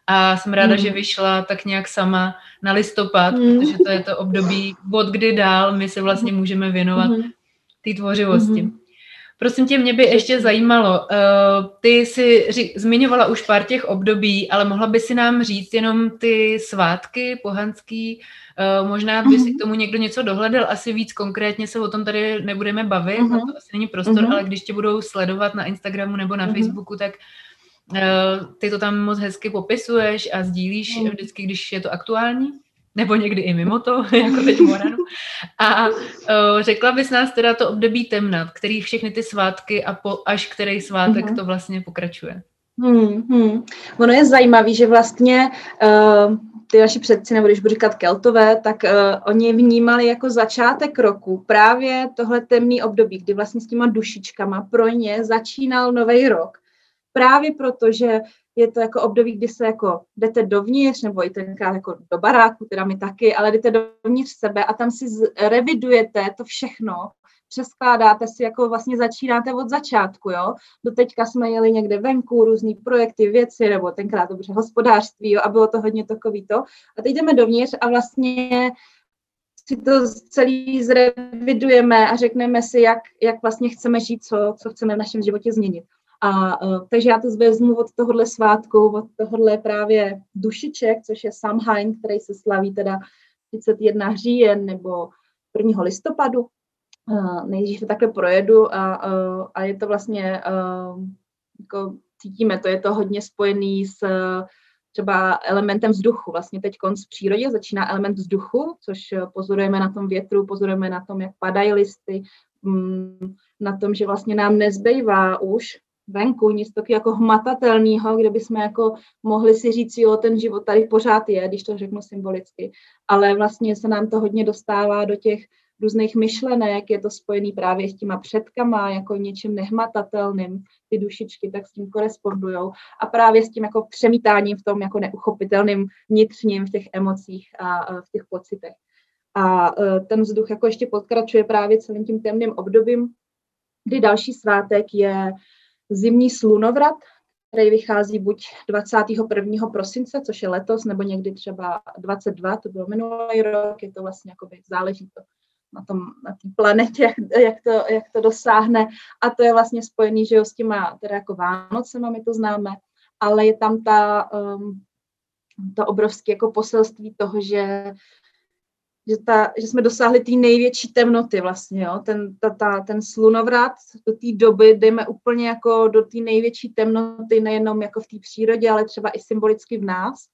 [SPEAKER 1] a jsem ráda,
[SPEAKER 2] mm.
[SPEAKER 1] že vyšla tak nějak sama na listopad,
[SPEAKER 2] Mm.
[SPEAKER 1] protože to je to období, od kdy dál my se vlastně můžeme věnovat
[SPEAKER 2] Mm.
[SPEAKER 1] té tvořivosti.
[SPEAKER 2] Mm.
[SPEAKER 1] Prosím tě, mě by
[SPEAKER 2] Přesně.
[SPEAKER 1] ještě zajímalo, uh, ty jsi ři- zmiňovala už pár těch období, ale mohla by si nám říct jenom ty svátky pohanský, uh, možná by si k tomu někdo něco dohledal, asi víc konkrétně se o tom tady nebudeme bavit, uh-huh. na to asi není prostor, uh-huh. ale když tě budou sledovat na Instagramu nebo na uh-huh. Facebooku, tak uh, ty to tam moc hezky popisuješ a sdílíš uh-huh. vždycky, když je to aktuální. Nebo někdy i mimo to, jako teď Moranu. A uh, řekla bys nás teda to období temna, který všechny ty svátky a po, až který svátek mm-hmm. to vlastně pokračuje.
[SPEAKER 2] Hmm, hmm. Ono je zajímavé, že vlastně uh, ty vaši předci, nebo když budu říkat Keltové, tak uh, oni vnímali jako začátek roku právě tohle temný období, kdy vlastně s těma dušičkama pro ně začínal nový rok. Právě proto, že je to jako období, kdy se jako jdete dovnitř, nebo i tenkrát jako do baráku, teda my taky, ale jdete dovnitř sebe a tam si revidujete to všechno, přeskládáte si, jako vlastně začínáte od začátku, jo. Doteďka jsme jeli někde venku, různý projekty, věci, nebo tenkrát dobře hospodářství, jo, a bylo to hodně takový to. A teď jdeme dovnitř a vlastně si to celý zrevidujeme a řekneme si, jak, jak vlastně chceme žít, co, co chceme v našem životě změnit. A uh, takže já to vezmu od tohohle svátku, od tohohle právě dušiček, což je Samhain, který se slaví teda třicátého prvního říjen nebo prvního listopadu. Uh, nejdřív to takhle projedu a, uh, a je to vlastně, uh, jako cítíme, to je to hodně spojený s uh, třeba elementem vzduchu. Vlastně teď konc v přírodě začíná element vzduchu, což pozorujeme na tom větru, pozorujeme na tom, jak padají listy, um, na tom, že vlastně nám nezbývá už venku nic taky jako hmatatelného, kde bychom jako mohli si říct, jo, ten život tady pořád je, když to řeknu symbolicky, ale vlastně se nám to hodně dostává do těch různých myšlenek, je to spojený právě s těma předkama, jako něčím nehmatatelným, ty dušičky tak s tím korespondujou a právě s tím jako přemítáním v tom jako neuchopitelným vnitřním v těch emocích a, a v těch pocitech. A ten vzduch jako ještě pokračuje právě celým tím temným obdobím, kdy další svátek je zimní slunovrat, který vychází buď dvacátého prvního prosince, což je letos, nebo někdy třeba dvacet dva, to bylo minulý rok, je to vlastně jakoby, záleží to na tom, na té planetě, jak, jak, to, jak to dosáhne. A to je vlastně spojený, že jo, s těma, teda jako Vánocema, my to známe, ale je tam ta, um, to obrovské jako poselství toho, že Že, ta, že jsme dosáhli té největší temnoty vlastně, jo? Ten, ta, ta, ten slunovrat do té doby jdeme úplně jako do té největší temnoty, nejenom jako v té přírodě, ale třeba i symbolicky v nás.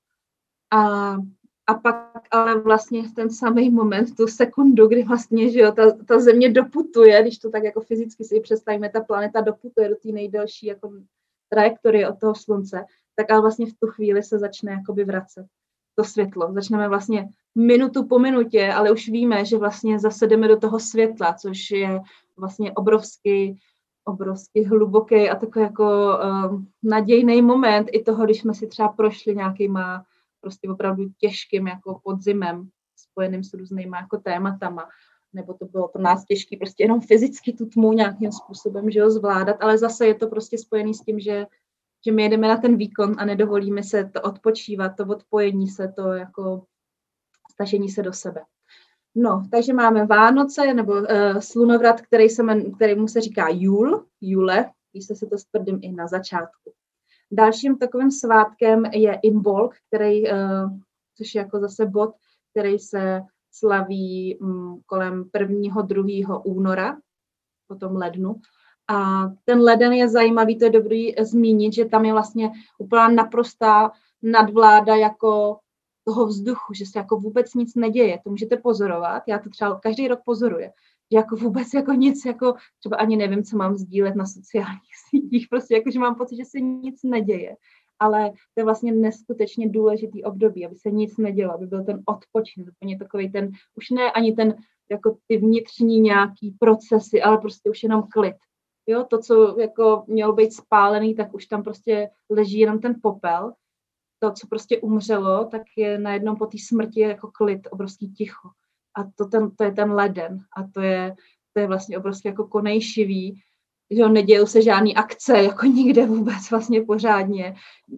[SPEAKER 2] A, a pak ale vlastně v ten samý moment, tu sekundu, kdy vlastně, že jo, ta, ta země doputuje, když to tak jako fyzicky si představíme, ta planeta doputuje do té nejdelší jako trajektorie od toho slunce, tak ale vlastně v tu chvíli se začne jakoby vracet to světlo. Začneme vlastně minutu po minutě, ale už víme, že vlastně zase jdeme do toho světla, což je vlastně obrovský, obrovský hluboký a takový jako um, nadějný moment i toho, když jsme si třeba prošli nějakýma prostě opravdu těžkým jako podzimem, spojeným s různýma jako tématama, nebo to bylo pro nás těžký prostě jenom fyzicky tu tmu nějakým způsobem, že ho zvládat, ale zase je to prostě spojený s tím, že že my jedeme na ten výkon a nedovolíme se to odpočívat, to odpojení se, to jako stažení se do sebe. No, takže máme Vánoce, nebo uh, slunovrat, který se men, kterýmu se říká Jul, Jule, když se si to stvrdím i na začátku. Dalším takovým svátkem je Imbolc, který, uh, což je jako zase bod, který se slaví um, kolem prvního druhého února, potom lednu. A ten leden je zajímavý, to je dobrý zmínit, že tam je vlastně úplná naprostá nadvláda jako toho vzduchu, že se jako vůbec nic neděje. To můžete pozorovat, já to třeba každý rok pozoruji, že jako vůbec jako nic, jako třeba ani nevím, co mám sdílet na sociálních sítích, prostě jako, že mám pocit, že se nic neděje. Ale to je vlastně neskutečně důležitý období, aby se nic nedělo, aby byl ten odpočin, úplně takový ten, už ne ani ten, jako ty vnitřní nějaký procesy, ale prostě už jenom klid. Jo, to, co jako mělo být spálený, tak už tam prostě leží jenom ten popel. To, co prostě umřelo, tak je najednou po té smrti jako klid, obrovský ticho. A to, ten, to je ten leden. A to je, to je vlastně obrovský jako konejšivý, že nedějou se žádný akce, jako nikde vůbec vlastně pořádně.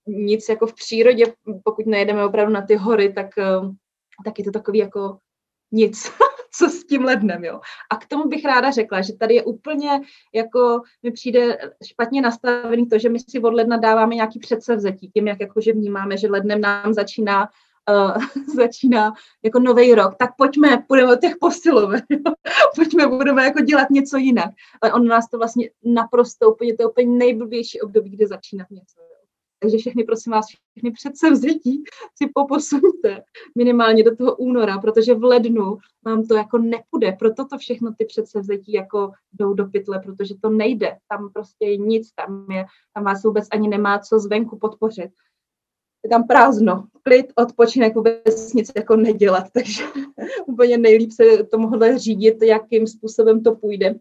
[SPEAKER 2] nic jako v přírodě, pokud nejedeme opravdu na ty hory, tak, tak je to takový jako nic, co s tím lednem, jo. A k tomu bych ráda řekla, že tady je úplně jako, mi přijde špatně nastavený to, že my si od ledna dáváme nějaký předsevzetí, tím, jak jakože vnímáme, že lednem nám začíná Uh, začíná jako nový rok, tak pojďme, půjdeme od těch posiloven, pojďme, budeme jako dělat něco jinak. Ale on nás to vlastně naprosto úplně, to je úplně nejblbější období, kdy začínat něco. Takže všechny, prosím vás, všechny předsevzetí si poposuňte minimálně do toho února, protože v lednu vám to jako nepůjde, proto to všechno ty předsevzetí jako jdou do pytle, protože to nejde, tam prostě je nic, tam, je, tam vás vůbec ani nemá co zvenku podpořit. Je tam prázdno, klid, odpočinek, vůbec nic jako nedělat, takže úplně nejlíp se to mohlo řídit, jakým způsobem to půjde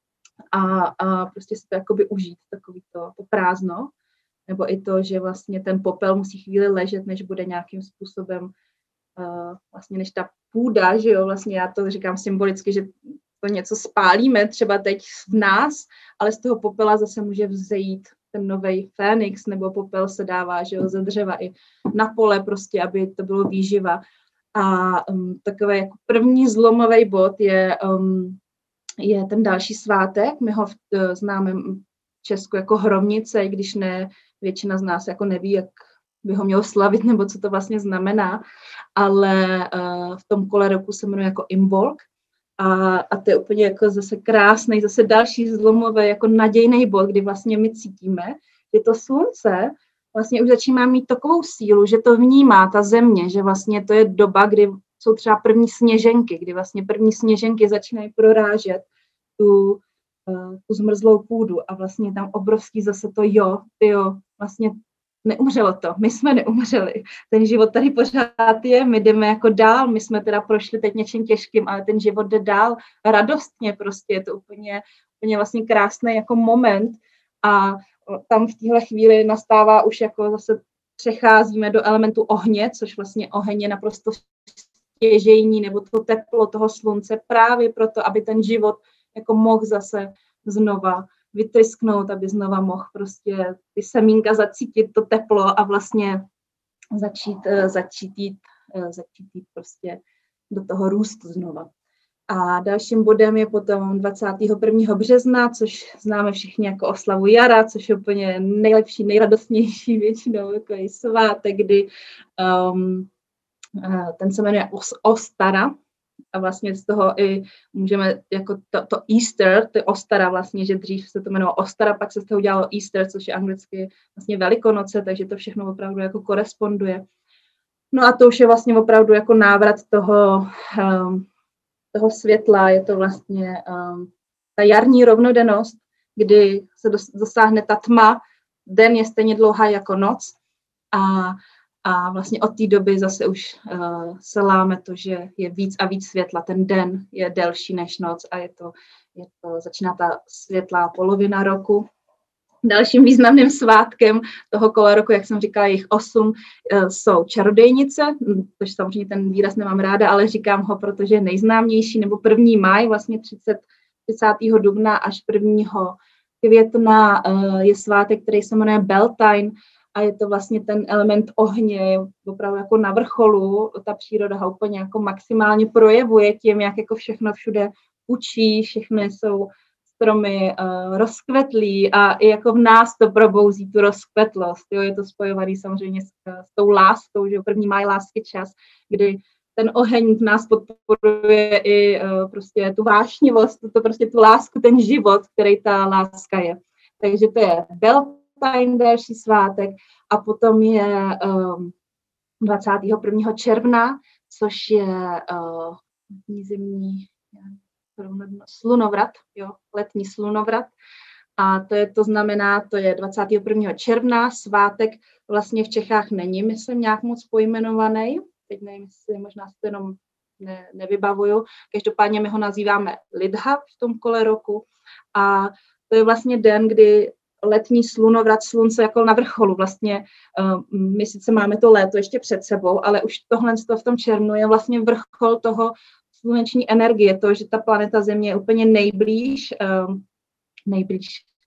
[SPEAKER 2] a, a prostě si to jakoby užít, takový to, to prázdno, nebo i to, že vlastně ten popel musí chvíli ležet, než bude nějakým způsobem, uh, vlastně než ta půda, že jo, vlastně já to říkám symbolicky, že to něco spálíme třeba teď v nás, ale z toho popela zase může vzejít ten nový Fénix, nebo popel se dává, že jo, ze dřeva i na pole prostě, aby to bylo výživa. A um, takový jako první zlomový bod je, um, je ten další svátek. My ho v, uh, známe v Česku jako Hromnice, i když ne, většina z nás jako neví, jak by ho mělo slavit, nebo co to vlastně znamená, ale uh, v tom kole roku se jmenuje jako Imbolc. A, a to je úplně jako zase krásný, zase další zlomový, jako nadějný bod, kdy vlastně my cítíme, že to slunce vlastně už začíná mít takovou sílu, že to vnímá ta země, že vlastně to je doba, kdy jsou třeba první sněženky, kdy vlastně první sněženky začínají prorážet tu, uh, tu zmrzlou půdu a vlastně tam obrovský zase to jo, ty jo, vlastně neumřelo to, my jsme neumřeli, ten život tady pořád je, my jdeme jako dál, my jsme teda prošli teď něčím těžkým, ale ten život jde dál radostně prostě, je to úplně, úplně vlastně krásný jako moment a tam v téhle chvíli nastává už jako zase přecházíme do elementu ohně, což vlastně oheň je naprosto stěžejní, nebo to teplo toho slunce právě proto, aby ten život jako mohl zase znova vytrysknout, aby znova mohl prostě ty semínka zacítit to teplo a vlastně začít, začít, jít, začít jít prostě do toho růstu znova. A dalším bodem je potom dvacátého prvního března, což známe všichni jako oslavu jara, což je úplně nejlepší, nejradostnější většinou takový svátek, kdy um, ten se jmenuje Os- Ostara, a vlastně z toho i můžeme, jako to, to Easter, to je Ostara vlastně, že dřív se to jmenovalo Ostara, pak se z toho udělalo Easter, což je anglicky vlastně Velikonoce, takže to všechno opravdu jako koresponduje. No a to už je vlastně opravdu jako návrat toho, um, toho světla, je to vlastně um, ta jarní rovnodennost, kdy se dos, dosáhne ta tma, den je stejně dlouhá jako noc a A vlastně od té doby zase už uh, se láme to, že je víc a víc světla. Ten den je delší než noc a je to, je to, začíná ta světlá polovina roku. Dalším významným svátkem toho kola roku, jak jsem říkala, jich osm, uh, jsou čarodejnice, což samozřejmě ten výraz nemám ráda, ale říkám ho, protože je nejznámější, nebo první máj, vlastně třicátého dubna až prvního května uh, je svátek, který se jmenuje Beltane, a je to vlastně ten element ohně, je opravdu jako na vrcholu, ta příroda ho úplně jako maximálně projevuje tím, jak jako všechno všude učí, všechny jsou stromy uh, rozkvetlí a i jako v nás to probouzí tu rozkvetlost. Jo, je to spojovaný samozřejmě s, s tou láskou, že první máj lásky čas, kdy ten oheň v nás podporuje i uh, prostě tu vášnivost, to prostě tu lásku, ten život, který ta láska je. Takže to je Beltane, další svátek, a potom je um, dvacátého prvního června, což je uh, zimní slunovrat, jo, letní slunovrat. A to, je, to znamená, to je dvacátého prvního června, svátek vlastně v Čechách není, myslím, nějak moc pojmenovaný. Teď nevím, jestli možná si to jenom ne, nevybavuju. Každopádně my ho nazýváme Lidha v tom kole roku. A to je vlastně den, kdy letní slunovrat, slunce jako na vrcholu. Vlastně uh, my sice máme to léto ještě před sebou, ale už tohle v tom červnu je vlastně vrchol toho sluneční energie, to, že ta planeta Země je úplně nejblíž, uh, nejblíž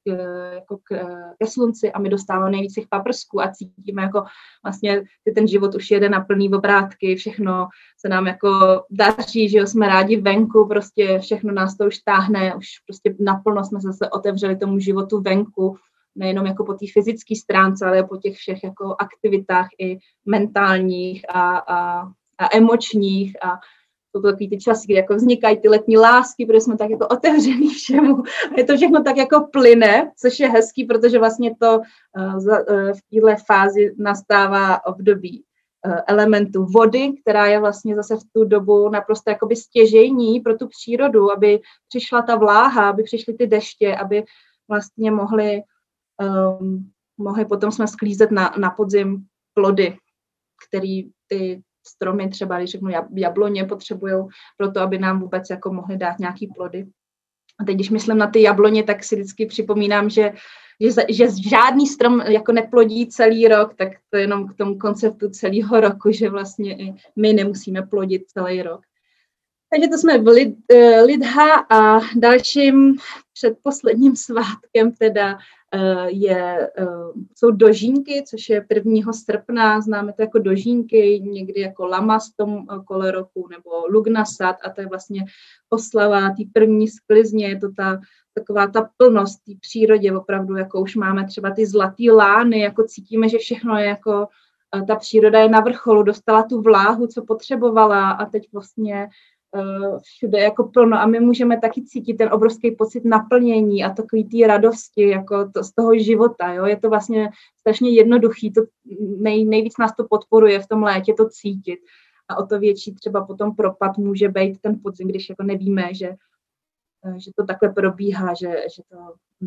[SPEAKER 2] jako k, ke slunci a my dostáváme nejvíc těch paprsků a cítíme jako vlastně, že ten život už jede na plný obrátky, všechno se nám jako daří, že jo, jsme rádi venku, prostě všechno nás to už táhne, už prostě naplno jsme se zase otevřeli tomu životu venku, nejenom jako po té fyzické stránce, ale po těch všech jako aktivitách i mentálních a, a, a emočních a jsou to takový ty časy, kdy jako vznikají ty letní lásky, protože jsme tak jako otevřený všemu. A je to všechno tak jako plyne, což je hezký, protože vlastně to uh, za, uh, v téhle fázi nastává období uh, elementu vody, která je vlastně zase v tu dobu naprosto jakoby stěžejní pro tu přírodu, aby přišla ta vláha, aby přišly ty deště, aby vlastně mohly, um, mohly potom jsme sklízet na, na podzim plody, který ty stromy třeba, když řeknu jabloně, potřebují pro to, aby nám vůbec jako mohly dát nějaký plody. A teď, když myslím na ty jabloně, tak si vždycky připomínám, že, že, že žádný strom jako neplodí celý rok, tak to je jenom k tomu konceptu celého roku, že vlastně i my nemusíme plodit celý rok. Takže to jsme v lid, Lidha a dalším předposledním svátkem teda je, jsou dožínky, což je prvního srpna, známe to jako dožínky, někdy jako Lamas v tom kole roku, nebo Lugnasad, a to je vlastně oslava té první sklizně, je to ta taková ta plnost té přírodě, opravdu, jako už máme třeba ty zlatý lány, jako cítíme, že všechno je jako, ta příroda je na vrcholu, dostala tu vláhu, co potřebovala a teď vlastně všude jako plno a my můžeme taky cítit ten obrovský pocit naplnění a takový té radosti jako to, z toho života. Jo? Je to vlastně strašně jednoduchý, to nej, nejvíc nás to podporuje v tom létě to cítit a o to větší třeba potom propad může být ten podzim, když jako nevíme, že, že to takhle probíhá, že, že, to,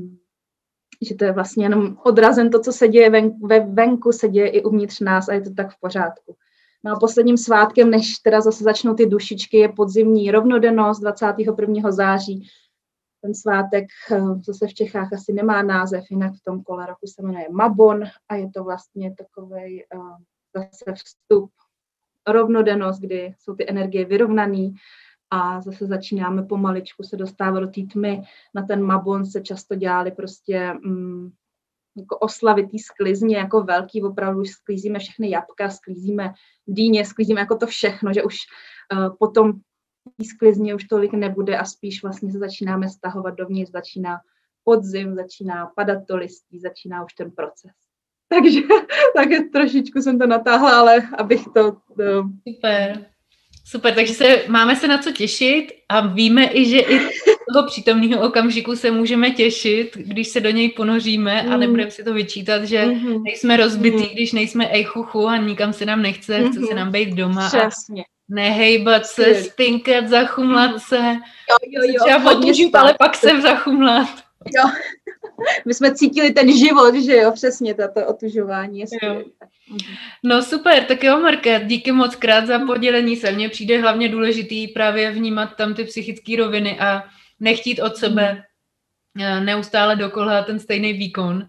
[SPEAKER 2] že to je vlastně jenom odrazem to, co se děje ven, ve venku, se děje i uvnitř nás a je to tak v pořádku. No a posledním svátkem, než teda zase začnou ty dušičky, je podzimní rovnodennost dvacátého prvního září. Ten svátek zase v Čechách asi nemá název, jinak v tom kole roku se jmenuje Mabon a je to vlastně takovej uh, zase vstup rovnodennost, kdy jsou ty energie vyrovnaný a zase začínáme pomaličku se dostávat do té tmy. Na ten Mabon se často dělali prostě um, jako oslavy té sklizně, jako velký, opravdu už sklízíme všechny jabka, sklízíme dýně, sklízíme jako to všechno, že už uh, potom té sklizně už tolik nebude a spíš vlastně se začínáme stahovat dovnitř, začíná podzim, začíná padat to listí, začíná už ten proces. Takže tak trošičku jsem to natáhla, ale abych to... Uh...
[SPEAKER 1] Super. Super, takže se, máme se na co těšit a víme i, že i toho přítomného okamžiku se můžeme těšit, když se do něj ponoříme mm. a nebudeme si to vyčítat, že mm-hmm. nejsme rozbitý, mm. když nejsme ejchuchu a nikam se nám nechce, mm-hmm. chce se nám být doma.
[SPEAKER 2] Přesně.
[SPEAKER 1] A nehejbat se, spinkat, zachumlat se.
[SPEAKER 2] Jo, jo, jo.
[SPEAKER 1] Třeba otužit, ale pak se zachumlat.
[SPEAKER 2] Jo. My jsme cítili ten život, že jo, přesně tato otužování.
[SPEAKER 1] Jo. No super, tak jo, Markéto, díky moc krát za podělení se. Mně přijde hlavně důležitý právě vnímat tam ty psychické roviny a nechtít od sebe neustále dokola ten stejný výkon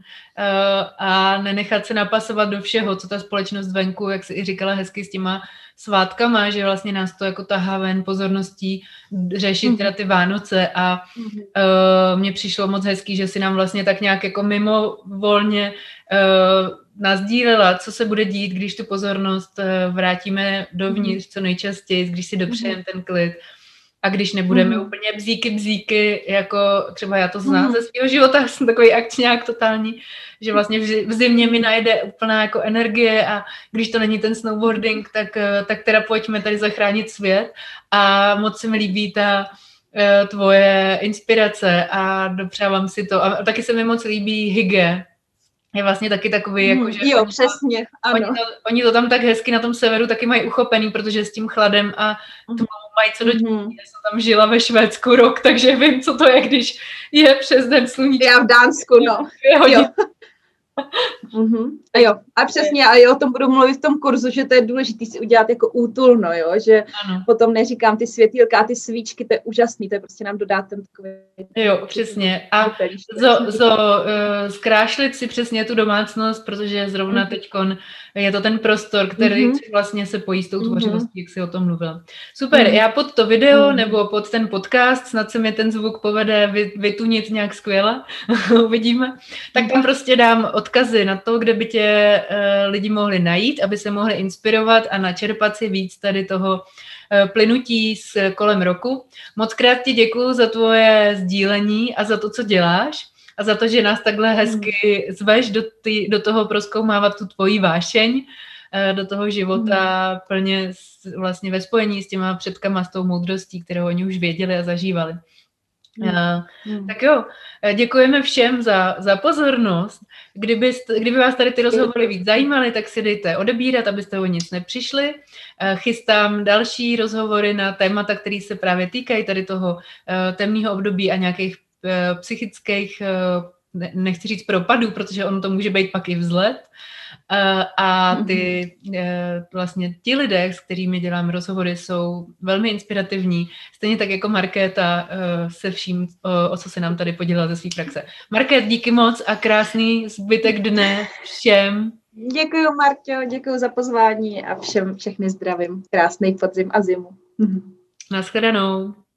[SPEAKER 1] a nenechat se napasovat do všeho, co ta společnost venku, jak jsi i říkala hezky s těma svátkama, že vlastně nás to jako tahá ven pozorností řešit teda ty Vánoce a uh, mně přišlo moc hezký, že si nám vlastně tak nějak jako mimo volně uh, nazdílela, co se bude dít, když tu pozornost uh, vrátíme dovnitř co nejčastěji, když si dopřejeme ten klid. A když nebudeme mm. úplně bzíky, bzíky, jako třeba já to znám mm. ze svého života, jsem takový akčňák totální, že vlastně v zimě mi najde úplná jako energie a když to není ten snowboarding, tak, tak teda pojďme tady zachránit svět a moc se mi líbí ta tvoje inspirace a dopřávám si to. A taky se mi moc líbí hygge. Je vlastně taky takový, mm, jako, že
[SPEAKER 2] jo, oni, přesně, ano.
[SPEAKER 1] Oni, to, oni to tam tak hezky na tom severu taky mají uchopený, protože s tím chladem a tmou mají co do mm. Já jsem tam žila ve Švédsku rok, takže vím, co to je, když je přes den sluníčko.
[SPEAKER 2] Já v Dánsku, no.
[SPEAKER 1] Jo.
[SPEAKER 2] Mm-hmm. A jo, a přesně, a jo, o tom budu mluvit v tom kurzu, že to je důležité si udělat jako útulno, jo, že
[SPEAKER 1] ano.
[SPEAKER 2] potom neříkám ty světýlka a ty svíčky, to je úžasný, to je prostě nám dodá ten takový...
[SPEAKER 1] Jo, přesně. A zo, zo, uh, zkrášlit si přesně tu domácnost, protože zrovna mm-hmm. teďkon je to ten prostor, který mm-hmm. vlastně se pojí s tou tvořivostí, jak jsi o tom mluvila. Super, mm-hmm. já pod to video mm-hmm. nebo pod ten podcast, snad se mi ten zvuk povede vy, vytunit nějak skvěle, uvidíme, tak tam prostě dám odkazy na to, kde by tě uh, lidi mohli najít, aby se mohli inspirovat a načerpat si víc tady toho uh, plynutí s kolem roku. Moc krát ti děkuju za tvoje sdílení a za to, co děláš a za to, že nás takhle hezky zveš do, ty, do toho prozkoumávat tu tvoji vášeň, uh, do toho života mm. plně s, vlastně ve spojení s těma předkama, s tou moudrostí, kterou oni už věděli a zažívali. Uh, hmm. Tak jo, děkujeme všem za, za pozornost. Kdyby, kdyby vás tady ty rozhovory víc zajímaly, tak si dejte odebírat, abyste o nic nepřišli. Uh, chystám další rozhovory na témata, které se právě týkají tady toho uh, temného období a nějakých uh, psychických, uh, ne, nechci říct propadů, protože ono to může být pak i vzlet. Uh, a ty uh, vlastně ti lidé, s kterými dělám rozhovory, jsou velmi inspirativní, stejně tak jako Markéta uh, se vším, uh, o co se nám tady podělila ze své praxe. Markét, díky moc a krásný zbytek dne všem.
[SPEAKER 2] Děkuji, Marťo, děkuji za pozvání a všem všechny zdravím. Krásný podzim a zimu.
[SPEAKER 1] Naschledanou.